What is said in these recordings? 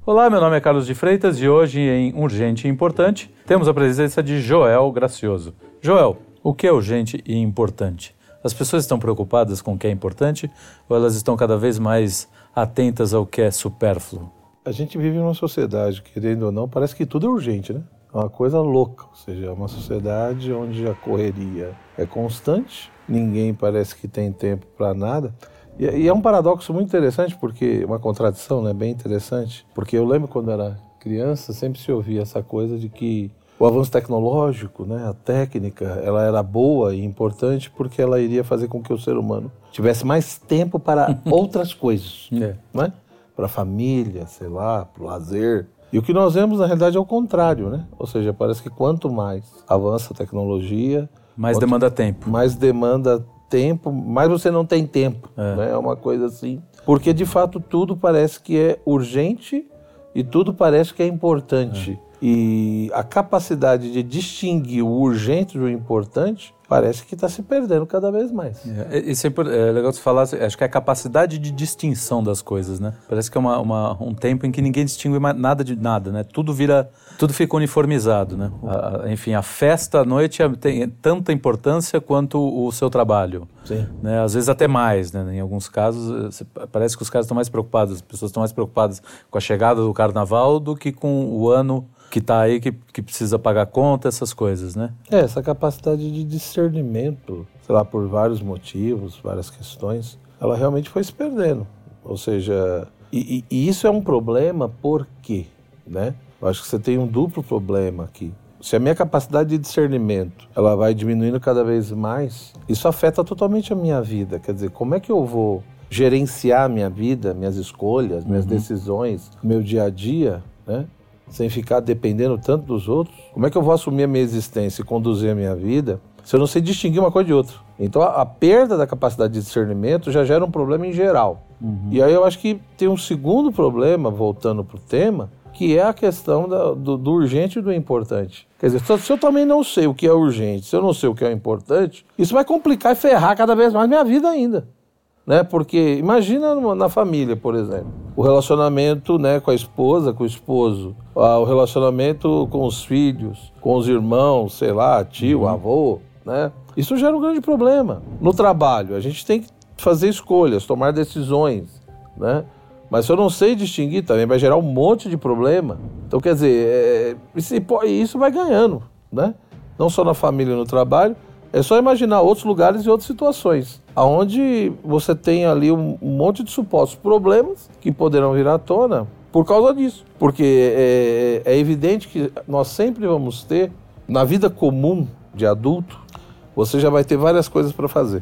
Olá, meu nome é Carlos de Freitas e hoje em Urgente e Importante temos a presença de Joel Gracioso. Joel, o que é urgente e importante? As pessoas estão preocupadas com o que é importante ou elas estão cada vez mais atentas ao que é supérfluo? A gente vive numa sociedade, querendo ou não, parece que tudo é urgente, né? É uma coisa louca, ou seja, é uma sociedade onde a correria é constante, ninguém parece que tem tempo para nada. E é um paradoxo muito interessante, porque uma contradição, né, bem interessante, porque eu lembro quando era criança, sempre se ouvia essa coisa de que o avanço tecnológico, né, a técnica, ela era boa e importante porque ela iria fazer com que o ser humano tivesse mais tempo para outras coisas, né? Para a família, sei lá, para o lazer. E o que nós vemos, na realidade, é o contrário, né? Ou seja, parece que quanto mais avança a tecnologia... Mais demanda tempo. Mais demanda tempo, mais você não tem tempo, né? É uma coisa assim. Porque, de fato, tudo parece que é urgente e tudo parece que é importante. E a capacidade de distinguir o urgente do importante parece que está se perdendo cada vez mais. Isso é legal você falar, acho que é a capacidade de distinção das coisas, né? Parece que é um tempo em que ninguém distingue mais nada de nada, né? Tudo fica uniformizado, né? Enfim, a festa à noite tem tanta importância quanto o seu trabalho. Sim. Né? Às vezes até mais, né? Em alguns casos, parece que os caras estão mais preocupados, as pessoas estão mais preocupadas com a chegada do carnaval do que com o ano que está aí, que precisa pagar conta, essas coisas, né? Essa capacidade de discernimento, sei lá, por vários motivos, várias questões, ela realmente foi se perdendo. Ou seja, e isso é um problema por quê, né? Eu acho que você tem um duplo problema aqui. Se a minha capacidade de discernimento, ela vai diminuindo cada vez mais, isso afeta totalmente a minha vida. Quer dizer, como é que eu vou gerenciar a minha vida, minhas escolhas, minhas decisões, meu dia a dia, né? Sem ficar dependendo tanto dos outros? Como é que eu vou assumir a minha existência e conduzir a minha vida se eu não sei distinguir uma coisa de outra? Então a perda da capacidade de discernimento já gera um problema em geral. E aí eu acho que tem um segundo problema, voltando para o tema, que é a questão do urgente e do importante. Quer dizer, se eu também não sei o que é urgente, se eu não sei o que é importante, isso vai complicar e ferrar cada vez mais minha vida ainda. Né? Porque imagina na família, por exemplo, o relacionamento, né, com a esposa, com o esposo, o relacionamento com os filhos, com os irmãos, sei lá, tio, avô, né? Isso gera um grande problema. No trabalho, a gente tem que fazer escolhas, tomar decisões, né? Mas se eu não sei distinguir, também vai gerar um monte de problema. Então, quer dizer, isso vai ganhando, né? Não só na família e no trabalho. É só imaginar outros lugares e outras situações, onde você tem ali um monte de supostos problemas que poderão vir à tona por causa disso. Porque é evidente que nós sempre vamos ter, na vida comum de adulto, você já vai ter várias coisas para fazer.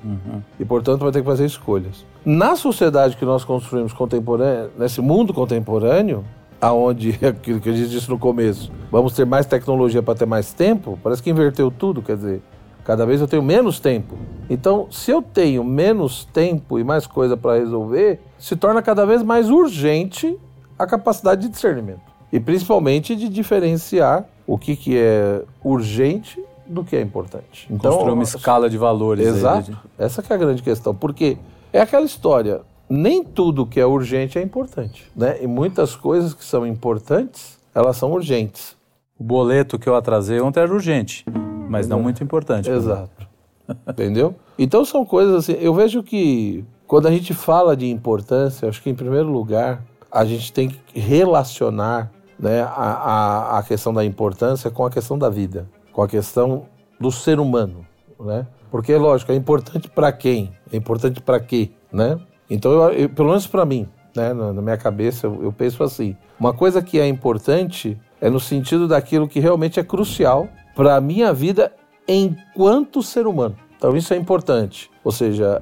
E, portanto, vai ter que fazer escolhas. Na sociedade que nós construímos contemporânea, nesse mundo contemporâneo, aonde, aquilo que a gente disse no começo, vamos ter mais tecnologia para ter mais tempo, parece que inverteu tudo, quer dizer, cada vez eu tenho menos tempo. Então, se eu tenho menos tempo e mais coisa para resolver, se torna cada vez mais urgente a capacidade de discernimento. E principalmente de diferenciar o que é urgente do que é importante. Então, construir uma escala de valores. Exato. Essa que é a grande questão. Porque é aquela história, nem tudo que é urgente é importante, né? E muitas coisas que são importantes, elas são urgentes. O boleto que eu atrasei ontem era urgente, mas não muito importante. Exato. Entendeu? Então são coisas assim, eu vejo que quando a gente fala de importância, acho que em primeiro lugar a gente tem que relacionar, né, a questão da importância com a questão da vida, com a questão do ser humano, né? Porque, lógico, é importante para quem? É importante para quê, né? Então, eu, pelo menos para mim, né, na minha cabeça, eu penso assim, uma coisa que é importante é no sentido daquilo que realmente é crucial para a minha vida enquanto ser humano. Então isso é importante. Ou seja,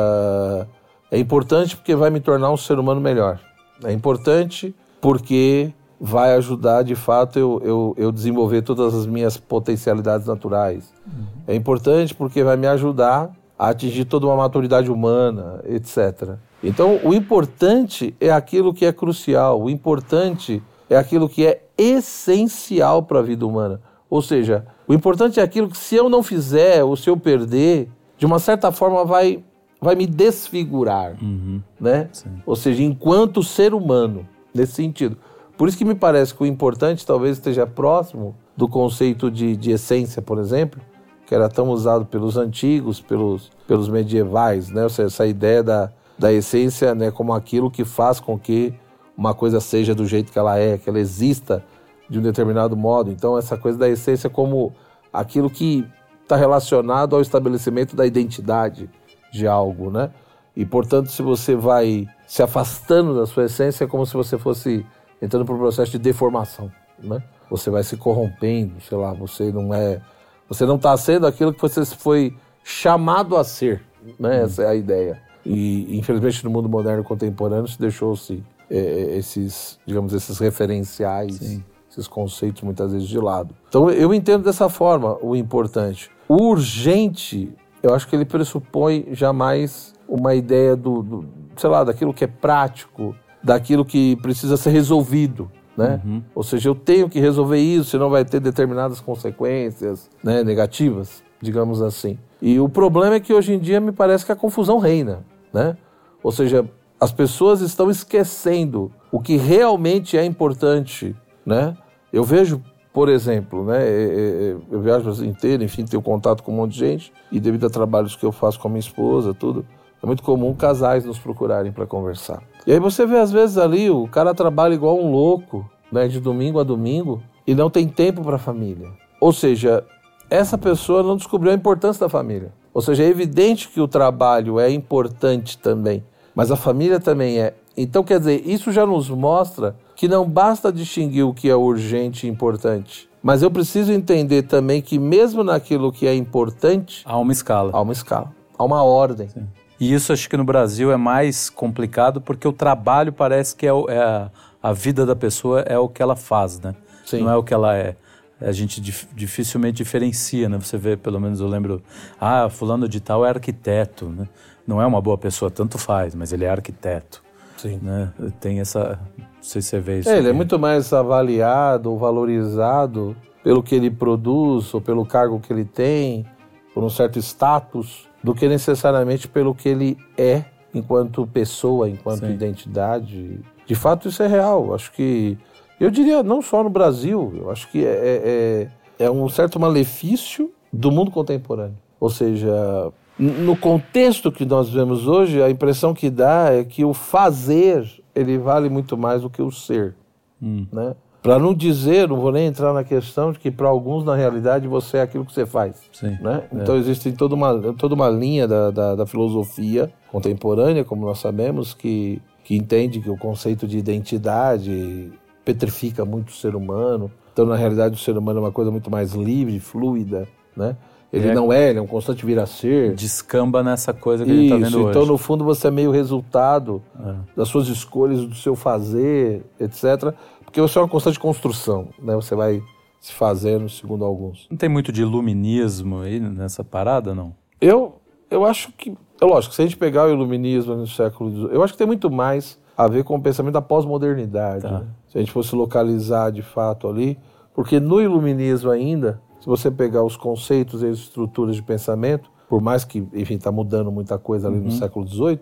é importante porque vai me tornar um ser humano melhor. É importante porque vai ajudar, de fato, eu desenvolver todas as minhas potencialidades naturais. É importante porque vai me ajudar a atingir toda uma maturidade humana, etc. Então, o importante é aquilo que é crucial. O importante é aquilo que é essencial para a vida humana. Ou seja, o importante é aquilo que, se eu não fizer ou se eu perder, de uma certa forma vai me desfigurar, né? Sim. Ou seja, enquanto ser humano, nesse sentido. Por isso que me parece que o importante talvez esteja próximo do conceito de essência, por exemplo, que era tão usado pelos antigos, pelos medievais, né? Ou seja, essa ideia da essência, né, como aquilo que faz com que uma coisa seja do jeito que ela é, que ela exista de um determinado modo. Então, essa coisa da essência como aquilo que está relacionado ao estabelecimento da identidade de algo, né? E, portanto, se você vai se afastando da sua essência, é como se você fosse entrando por um processo de deformação, né? Você vai se corrompendo, sei lá, você não está sendo aquilo que você foi chamado a ser, né? Essa é a ideia. E, infelizmente, no mundo moderno contemporâneo se deixou-se esses referenciais, sim, esses conceitos muitas vezes de lado. Então, eu entendo dessa forma o importante. O urgente, eu acho que ele pressupõe jamais uma ideia daquilo que é prático, daquilo que precisa ser resolvido, né? Uhum. Ou seja, eu tenho que resolver isso, senão vai ter determinadas consequências, né, negativas, digamos assim. E o problema é que hoje em dia me parece que a confusão reina, né? Ou seja, as pessoas estão esquecendo o que realmente é importante, né? Eu vejo, por exemplo, né, eu viajo o Brasil inteiro, enfim, tenho contato com um monte de gente, e devido a trabalhos que eu faço com a minha esposa, tudo, é muito comum casais nos procurarem para conversar. E aí você vê, às vezes, ali, o cara trabalha igual um louco, né, de domingo a domingo, e não tem tempo para a família. Ou seja, essa pessoa não descobriu a importância da família. Ou seja, é evidente que o trabalho é importante também, mas a família também é. Então, quer dizer, isso já nos mostra que não basta distinguir o que é urgente e importante, mas eu preciso entender também que mesmo naquilo que é importante... Há uma escala. Há uma ordem. Sim. E isso acho que no Brasil é mais complicado porque o trabalho parece que a vida da pessoa é o que ela faz, né? Sim. Não é o que ela é. A gente dificilmente diferencia, né? Você vê, pelo menos eu lembro, fulano de tal é arquiteto, né? Não é uma boa pessoa, tanto faz, mas ele é arquiteto. Sim. Né? Tem essa... Não sei se você vê isso. Ele é muito mais avaliado ou valorizado pelo que ele produz ou pelo cargo que ele tem, por um certo status, do que necessariamente pelo que ele é enquanto pessoa, enquanto Sim. identidade. De fato, isso é real. Acho que, eu diria, não só no Brasil, eu acho que é um certo malefício do mundo contemporâneo. Ou seja, no contexto que nós vivemos hoje, a impressão que dá é que o fazer, ele vale muito mais do que o ser. Né? Para não dizer, não vou nem entrar na questão de que para alguns, na realidade, você é aquilo que você faz. Sim, né? Então existe toda uma linha da filosofia contemporânea, como nós sabemos, que entende que o conceito de identidade petrifica muito o ser humano. Então, na realidade, o ser humano é uma coisa muito mais livre, fluida, né? Ele é um constante vir a ser. Descamba nessa coisa que a gente está vendo hoje. Então, no fundo, você é meio resultado das suas escolhas, do seu fazer, etc., porque você é uma constante construção, né? Você vai se fazendo, segundo alguns. Não tem muito de iluminismo aí nessa parada, não? Eu acho que... É lógico, se a gente pegar o iluminismo no século XVIII, eu acho que tem muito mais a ver com o pensamento da pós-modernidade. Né? Se a gente fosse localizar de fato ali, porque no iluminismo ainda, se você pegar os conceitos e as estruturas de pensamento, por mais que, enfim, está mudando muita coisa ali no século XVIII,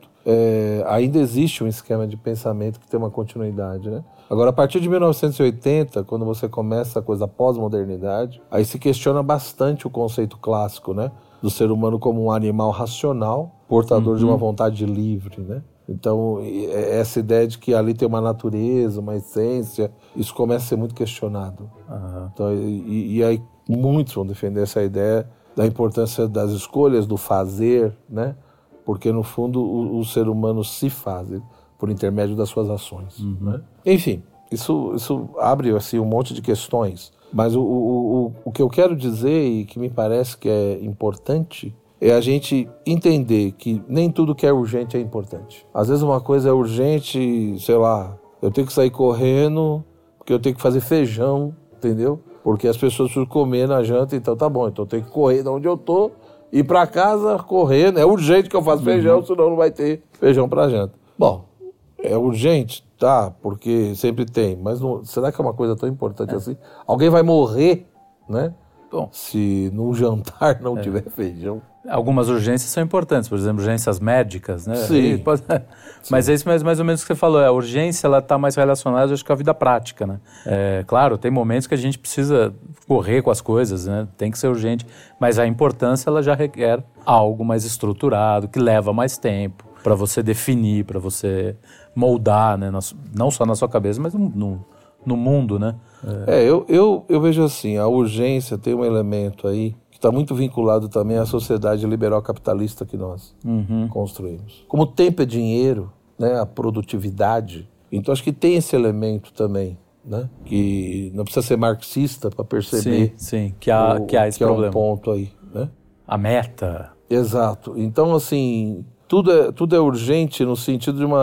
ainda existe um esquema de pensamento que tem uma continuidade, né? Agora, a partir de 1980, quando você começa a coisa pós-modernidade, aí se questiona bastante o conceito clássico, né? Do ser humano como um animal racional, portador de uma vontade livre, né? Então, essa ideia de que ali tem uma natureza, uma essência, isso começa a ser muito questionado. Então, e aí muitos vão defender essa ideia da importância das escolhas, do fazer, né? Porque, no fundo, o ser humano se faz por intermédio das suas ações. Né? Enfim, isso abre assim, um monte de questões. Mas o que eu quero dizer, e que me parece que é importante, é a gente entender que nem tudo que é urgente é importante. Às vezes uma coisa é urgente, sei lá, eu tenho que sair correndo porque eu tenho que fazer feijão, entendeu? Porque as pessoas precisam comer na janta, então tá bom, então eu tenho que correr de onde eu tô, ir pra casa correndo, é urgente que eu faça feijão, senão não vai ter feijão pra janta. Bom, é urgente, tá, porque sempre tem, mas será que é uma coisa tão importante assim? Alguém vai morrer, né? Bom, se num jantar não tiver feijão. Algumas urgências são importantes, por exemplo, urgências médicas, né? Sim. Mas é isso mais ou menos que você falou, a urgência ela está mais relacionada, acho que, com a vida prática, né? Claro, tem momentos que a gente precisa correr com as coisas, né? Tem que ser urgente, mas a importância ela já requer algo mais estruturado, que leva mais tempo para você definir, para você moldar, né? Não só na sua cabeça, mas no mundo, né? Eu vejo assim, a urgência tem um elemento aí está muito vinculado também à sociedade liberal capitalista que nós construímos. Como o tempo é dinheiro, né, a produtividade, então acho que tem esse elemento também, né, que não precisa ser marxista para perceber que há esse problema. É um ponto aí, né? A meta. Exato. Então, assim, tudo é urgente no sentido de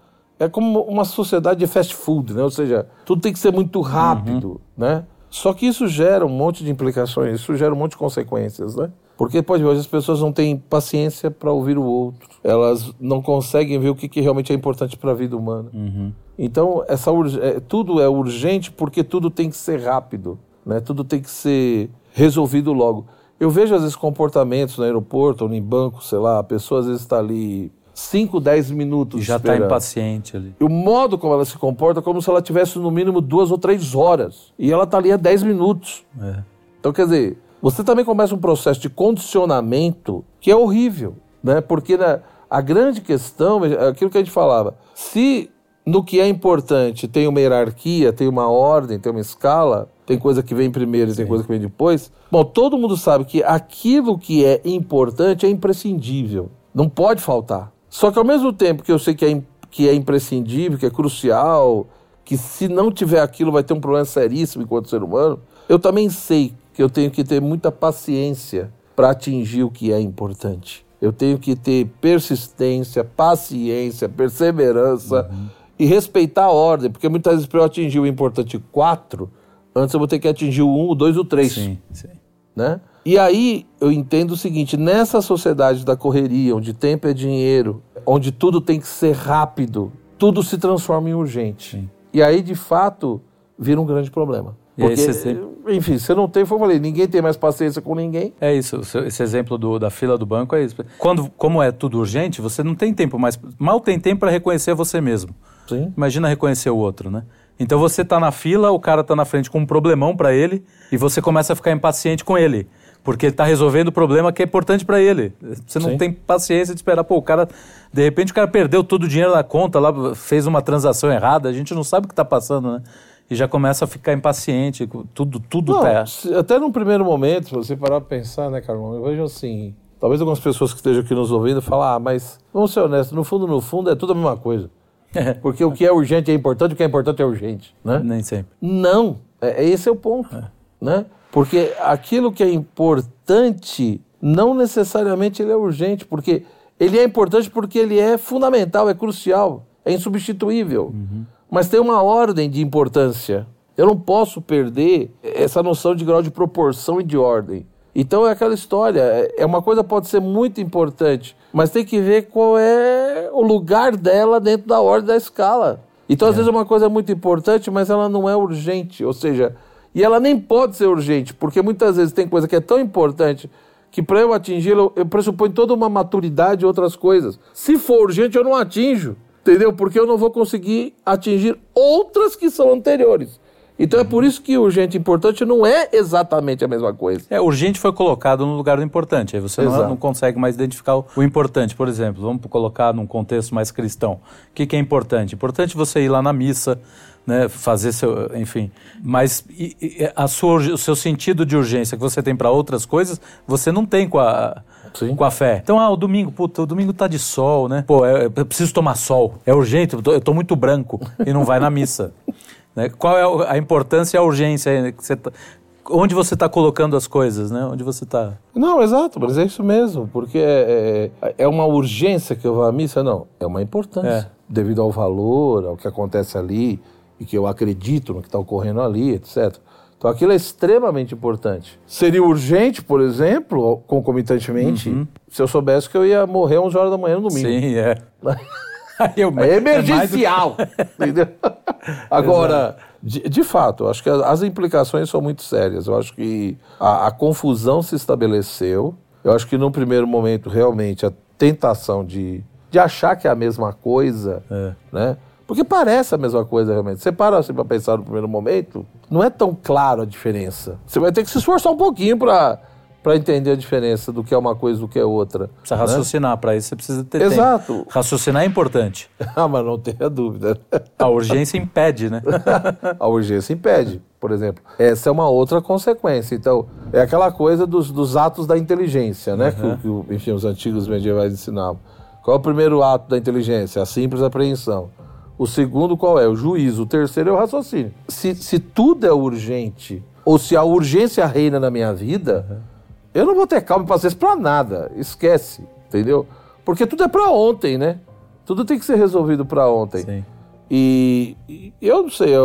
é como uma sociedade de fast food, né? Ou seja, tudo tem que ser muito rápido, né? Só que isso gera um monte de implicações, isso gera um monte de consequências, né? Porque, hoje as pessoas não têm paciência para ouvir o outro. Elas não conseguem ver o que realmente é importante para a vida humana. Então, tudo é urgente porque tudo tem que ser rápido, né? Tudo tem que ser resolvido logo. Eu vejo, às vezes, comportamentos no aeroporto ou em banco, sei lá, a pessoa às vezes está ali 5, 10 minutos e já está impaciente ali. O modo como ela se comporta é como se ela tivesse no mínimo 2 ou 3 horas. E ela está ali há 10 minutos. Então, quer dizer, você também começa um processo de condicionamento que é horrível, né? Porque a grande questão é aquilo que a gente falava. Se no que é importante tem uma hierarquia, tem uma ordem, tem uma escala, tem coisa que vem primeiro e tem coisa que vem depois. Bom, todo mundo sabe que aquilo que é importante é imprescindível. Não pode faltar. Só que ao mesmo tempo que eu sei que é imprescindível, que é crucial, que se não tiver aquilo vai ter um problema seríssimo enquanto ser humano, eu também sei que eu tenho que ter muita paciência para atingir o que é importante. Eu tenho que ter persistência, paciência, perseverança e respeitar a ordem, porque muitas vezes para eu atingir o importante 4, antes eu vou ter que atingir o 1, o 2 e o 3. Sim. Né? E aí eu entendo o seguinte, nessa sociedade da correria, onde tempo é dinheiro, onde tudo tem que ser rápido, tudo se transforma em urgente. Sim. E aí, de fato, vira um grande problema. Porque, enfim, você não tem, como eu falei, ninguém tem mais paciência com ninguém. É isso, esse exemplo da fila do banco é isso. Como é tudo urgente, você não tem tempo mais, mal tem tempo para reconhecer você mesmo. Sim. Imagina reconhecer o outro, né? Então você tá na fila, o cara tá na frente com um problemão para ele e você começa a ficar impaciente com ele. Porque ele está resolvendo o problema que é importante para ele. Você não tem paciência de esperar. Pô, de repente o cara perdeu todo o dinheiro na conta, lá fez uma transação errada, a gente não sabe o que está passando, né? E já começa a ficar impaciente, tudo não, tá... Até num primeiro momento, se você parar para pensar, né, Carlão, eu vejo assim, talvez algumas pessoas que estejam aqui nos ouvindo falam, mas vamos ser honestos, no fundo é tudo a mesma coisa. Porque o que é urgente é importante, o que é importante é urgente, né? Nem sempre. Não, esse é o ponto, né? Porque aquilo que é importante, não necessariamente ele é urgente, porque ele é importante porque ele é fundamental, é crucial, é insubstituível. Mas tem uma ordem de importância. Eu não posso perder essa noção de grau de proporção e de ordem. Então é aquela história, uma coisa pode ser muito importante, mas tem que ver qual é o lugar dela dentro da ordem da escala. Então às vezes uma coisa é muito importante, mas ela não é urgente, ou seja... E ela nem pode ser urgente, porque muitas vezes tem coisa que é tão importante que para eu atingi-la, eu pressuponho toda uma maturidade e outras coisas. Se for urgente, eu não atinjo, entendeu? Porque eu não vou conseguir atingir outras que são anteriores. Então é por isso que urgente e importante não é exatamente a mesma coisa. Urgente foi colocado no lugar do importante, aí você não consegue mais identificar o importante. Por exemplo, vamos colocar num contexto mais cristão. O que é importante? Importante você ir lá na missa, né, fazer enfim, mas o seu sentido de urgência que você tem para outras coisas, você não tem com a fé. Então, o domingo tá de sol, né? Pô, eu preciso tomar sol, é urgente, eu tô muito branco e não vai na missa. Né? Qual é a importância e a urgência? Onde você está colocando as coisas, né? Onde você está... Não, exato, mas é isso mesmo, porque é uma urgência que eu vá à missa? Não, é uma importância, devido ao valor, ao que acontece ali, e que eu acredito no que está ocorrendo ali, etc. Então aquilo é extremamente importante. Seria urgente, por exemplo, concomitantemente, se eu soubesse que eu ia morrer às 11 horas da manhã no domingo. Sim, é. É emergencial, entendeu? Agora, de fato, eu acho que as implicações são muito sérias. Eu acho que a confusão se estabeleceu Eu acho que num primeiro momento, realmente, a tentação de achar que é a mesma coisa, né? Porque parece a mesma coisa, realmente. Você para assim para pensar no primeiro momento, não é tão claro a diferença. Você vai ter que se esforçar um pouquinho para entender a diferença do que é uma coisa e do que é outra. Precisa raciocinar, para isso você precisa ter Exato. tempo. Raciocinar é importante. Mas não tenha dúvida. A urgência impede, né? A urgência impede, por exemplo. Essa é uma outra consequência. Então, é aquela coisa dos atos da inteligência, né? Que enfim, os antigos medievais ensinavam. Qual é o primeiro ato da inteligência? A simples apreensão. O segundo qual é? O juízo. O terceiro é o raciocínio. Se tudo é urgente, ou se a urgência reina na minha vida, eu não vou ter calma e paciência pra nada. Esquece, entendeu? Porque tudo é pra ontem, né? Tudo tem que ser resolvido pra ontem. Sim. E eu não sei,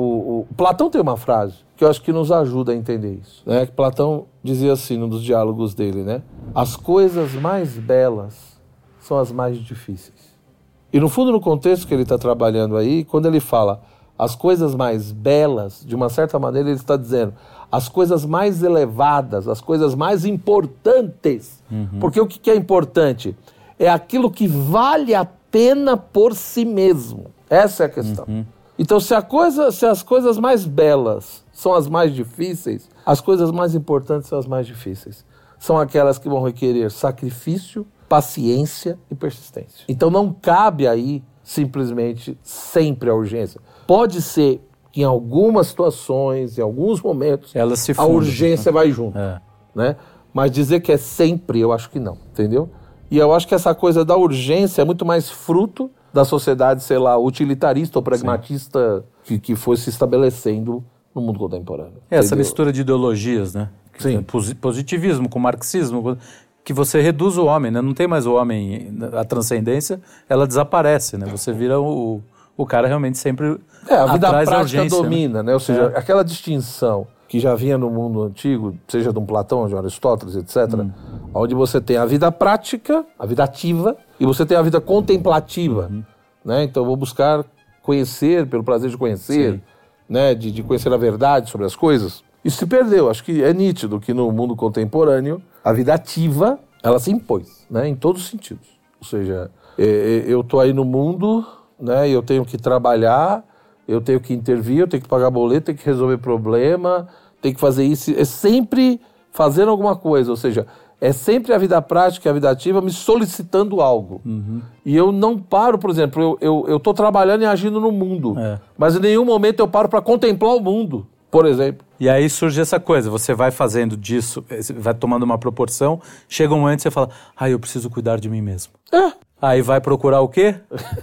o Platão tem uma frase que eu acho que nos ajuda a entender isso, né? Que Platão dizia assim, num dos diálogos dele, né? As coisas mais belas são as mais difíceis. E no fundo, no contexto que ele está trabalhando aí, quando ele fala as coisas mais belas, de uma certa maneira ele está dizendo as coisas mais elevadas, as coisas mais importantes. Porque o que é importante? É aquilo que vale a pena por si mesmo. Essa é a questão. Então, se as coisas mais belas são as mais difíceis, as coisas mais importantes são as mais difíceis. São aquelas que vão requerer sacrifício, paciência e persistência. Então não cabe aí simplesmente sempre a urgência. Pode ser que em algumas situações, em alguns momentos, a urgência vai junto. Né? Mas dizer que é sempre, eu acho que não, entendeu? E eu acho que essa coisa da urgência é muito mais fruto da sociedade, sei lá, utilitarista ou pragmatista que foi se estabelecendo no mundo contemporâneo. Essa mistura de ideologias, né? Sim. Positivismo com marxismo, que você reduz o homem, né? Não tem mais o homem, a transcendência, ela desaparece, né? Você vira o cara realmente sempre a vida atrás da prática urgência, domina, né? Ou seja, aquela distinção que já vinha no mundo antigo, seja de um Platão, de um Aristóteles, etc., onde você tem a vida prática, a vida ativa, e você tem a vida contemplativa, né? Então eu vou buscar conhecer, pelo prazer de conhecer, né? De conhecer a verdade sobre as coisas. Isso se perdeu. Acho que é nítido que no mundo contemporâneo a vida ativa, ela se impôs, né? Em todos os sentidos. Ou seja, eu estou aí no mundo, né? Eu tenho que trabalhar, eu tenho que intervir, eu tenho que pagar boleto, tenho que resolver problema, tenho que fazer isso. É sempre fazendo alguma coisa. Ou seja, é sempre a vida prática, a vida ativa me solicitando algo. E eu não paro, por exemplo, eu estou trabalhando e agindo no mundo, mas em nenhum momento eu paro para contemplar o mundo, por exemplo. E aí surge essa coisa, você vai fazendo disso, vai tomando uma proporção, chega um momento que você fala, eu preciso cuidar de mim mesmo. Aí vai procurar o quê?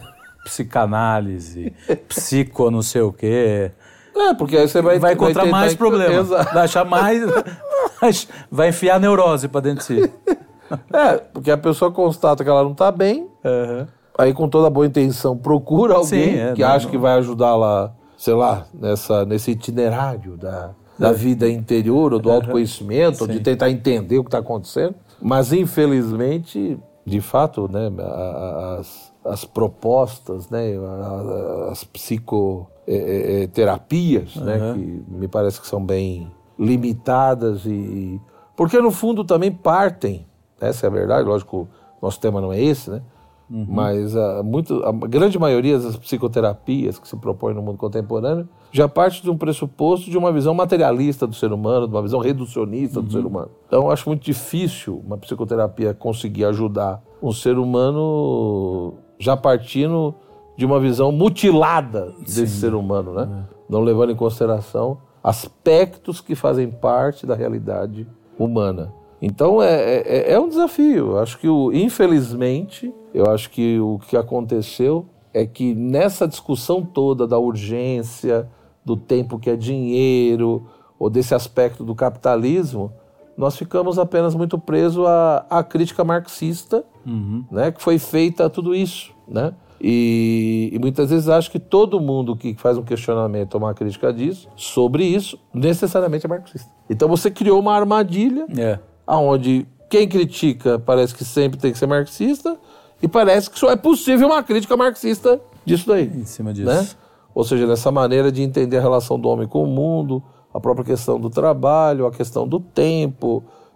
Psicanálise, psico não sei o quê. Porque aí você vai encontrar mais problemas, vai achar mais... vai enfiar a neurose pra dentro de si. Porque a pessoa constata que ela não tá bem, aí com toda boa intenção procura alguém que acha que vai ajudá-la, sei lá, nesse itinerário da vida interior, ou do autoconhecimento, ou de tentar entender o que está acontecendo. Mas, infelizmente, de fato, né, as propostas, né, as psicoterapias, né, que me parece que são bem limitadas, porque, no fundo, também partem, essa é a verdade, lógico, nosso tema não é esse, né? Mas a grande maioria das psicoterapias que se propõem no mundo contemporâneo já parte de um pressuposto de uma visão materialista do ser humano, de uma visão reducionista do ser humano. Então eu acho muito difícil uma psicoterapia conseguir ajudar um ser humano já partindo de uma visão mutilada desse ser humano, né? Não levando em consideração aspectos que fazem parte da realidade humana. Então é um desafio. Acho que, infelizmente, eu acho que o que aconteceu é que nessa discussão toda da urgência, do tempo que é dinheiro, ou desse aspecto do capitalismo, nós ficamos apenas muito presos à crítica marxista, né, que foi feita a tudo isso, né? E muitas vezes acho que todo mundo que faz um questionamento ou uma crítica disso, sobre isso, necessariamente é marxista. Então você criou uma armadilha onde quem critica parece que sempre tem que ser marxista e parece que só é possível uma crítica marxista disso daí. Em cima disso. Né? Ou seja, dessa maneira de entender a relação do homem com o mundo, a própria questão do trabalho, a questão do tempo,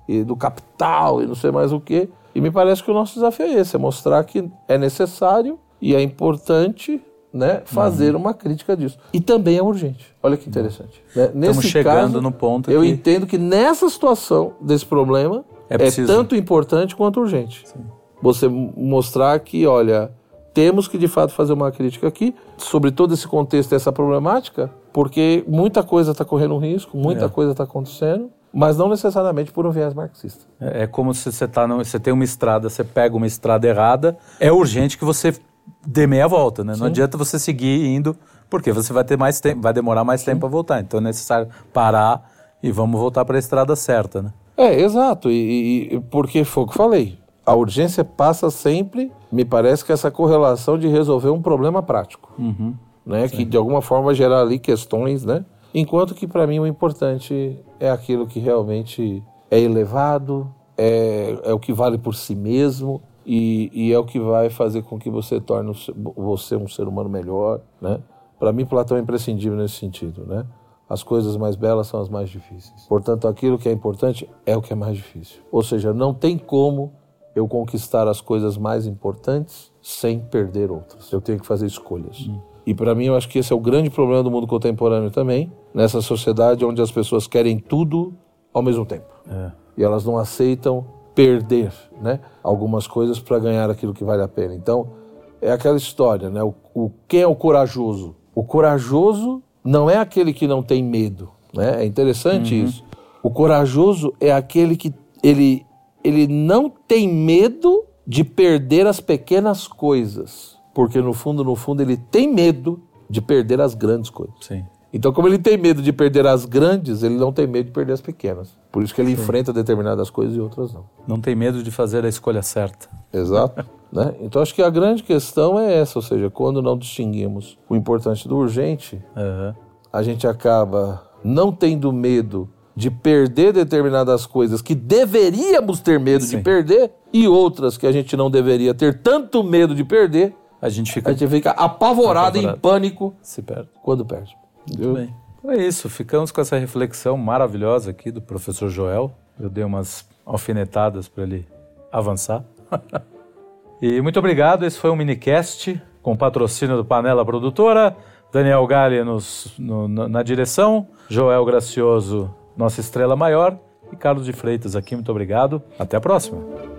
e do capital e não sei mais o quê. E me parece que o nosso desafio é esse, é mostrar que é necessário e é importante, né, fazer uma crítica disso. E também é urgente. Olha que interessante. Né? Estamos chegando no ponto eu que... entendo que nessa situação desse problema é tanto importante quanto urgente. Sim. Você mostrar que, olha, temos que de fato fazer uma crítica aqui sobre todo esse contexto dessa problemática, porque muita coisa está correndo risco, muita coisa está acontecendo, mas não necessariamente por um viés marxista. É como se você tem uma estrada, você pega uma estrada errada, é urgente que você dê meia volta, né? Não adianta você seguir indo, porque você vai ter mais tempo, vai demorar mais tempo para voltar. Então é necessário parar e vamos voltar para a estrada certa, né? Exato. E porque foi o que eu falei. A urgência passa sempre, me parece que essa correlação de resolver um problema prático, né? Que de alguma forma vai gerar ali questões, né? Enquanto que para mim o importante é aquilo que realmente é elevado, é o que vale por si mesmo e é o que vai fazer com que você torne você um ser humano melhor, né? Para mim Platão é imprescindível nesse sentido, né? As coisas mais belas são as mais difíceis. Portanto, aquilo que é importante é o que é mais difícil. Ou seja, não tem como eu conquistar as coisas mais importantes sem perder outras. Eu tenho que fazer escolhas. E para mim eu acho que esse é o grande problema do mundo contemporâneo também, nessa sociedade onde as pessoas querem tudo ao mesmo tempo. E elas não aceitam perder, né, algumas coisas para ganhar aquilo que vale a pena. Então, é aquela história, né? Quem é o corajoso? O corajoso não é aquele que não tem medo, né? É interessante isso. O corajoso é aquele que ele não tem medo de perder as pequenas coisas, porque no fundo ele tem medo de perder as grandes coisas. Sim. Então, como ele tem medo de perder as grandes, ele não tem medo de perder as pequenas. Por isso que ele enfrenta determinadas coisas e outras não. Não tem medo de fazer a escolha certa. Exato. Né? Então, acho que a grande questão é essa, ou seja, quando não distinguimos o importante do urgente, a gente acaba não tendo medo de perder determinadas coisas que deveríamos ter medo de perder e outras que a gente não deveria ter tanto medo de perder, a gente fica apavorado, em pânico, se perde. Quando perde. Muito bem. Então é isso, ficamos com essa reflexão maravilhosa aqui do professor Joel. Eu dei umas alfinetadas para ele avançar. E muito obrigado, esse foi um minicast com patrocínio do Panela Produtora, Daniel Galli na direção, Joel Gracioso, nossa estrela maior, e Carlos de Freitas aqui, muito obrigado. Até a próxima.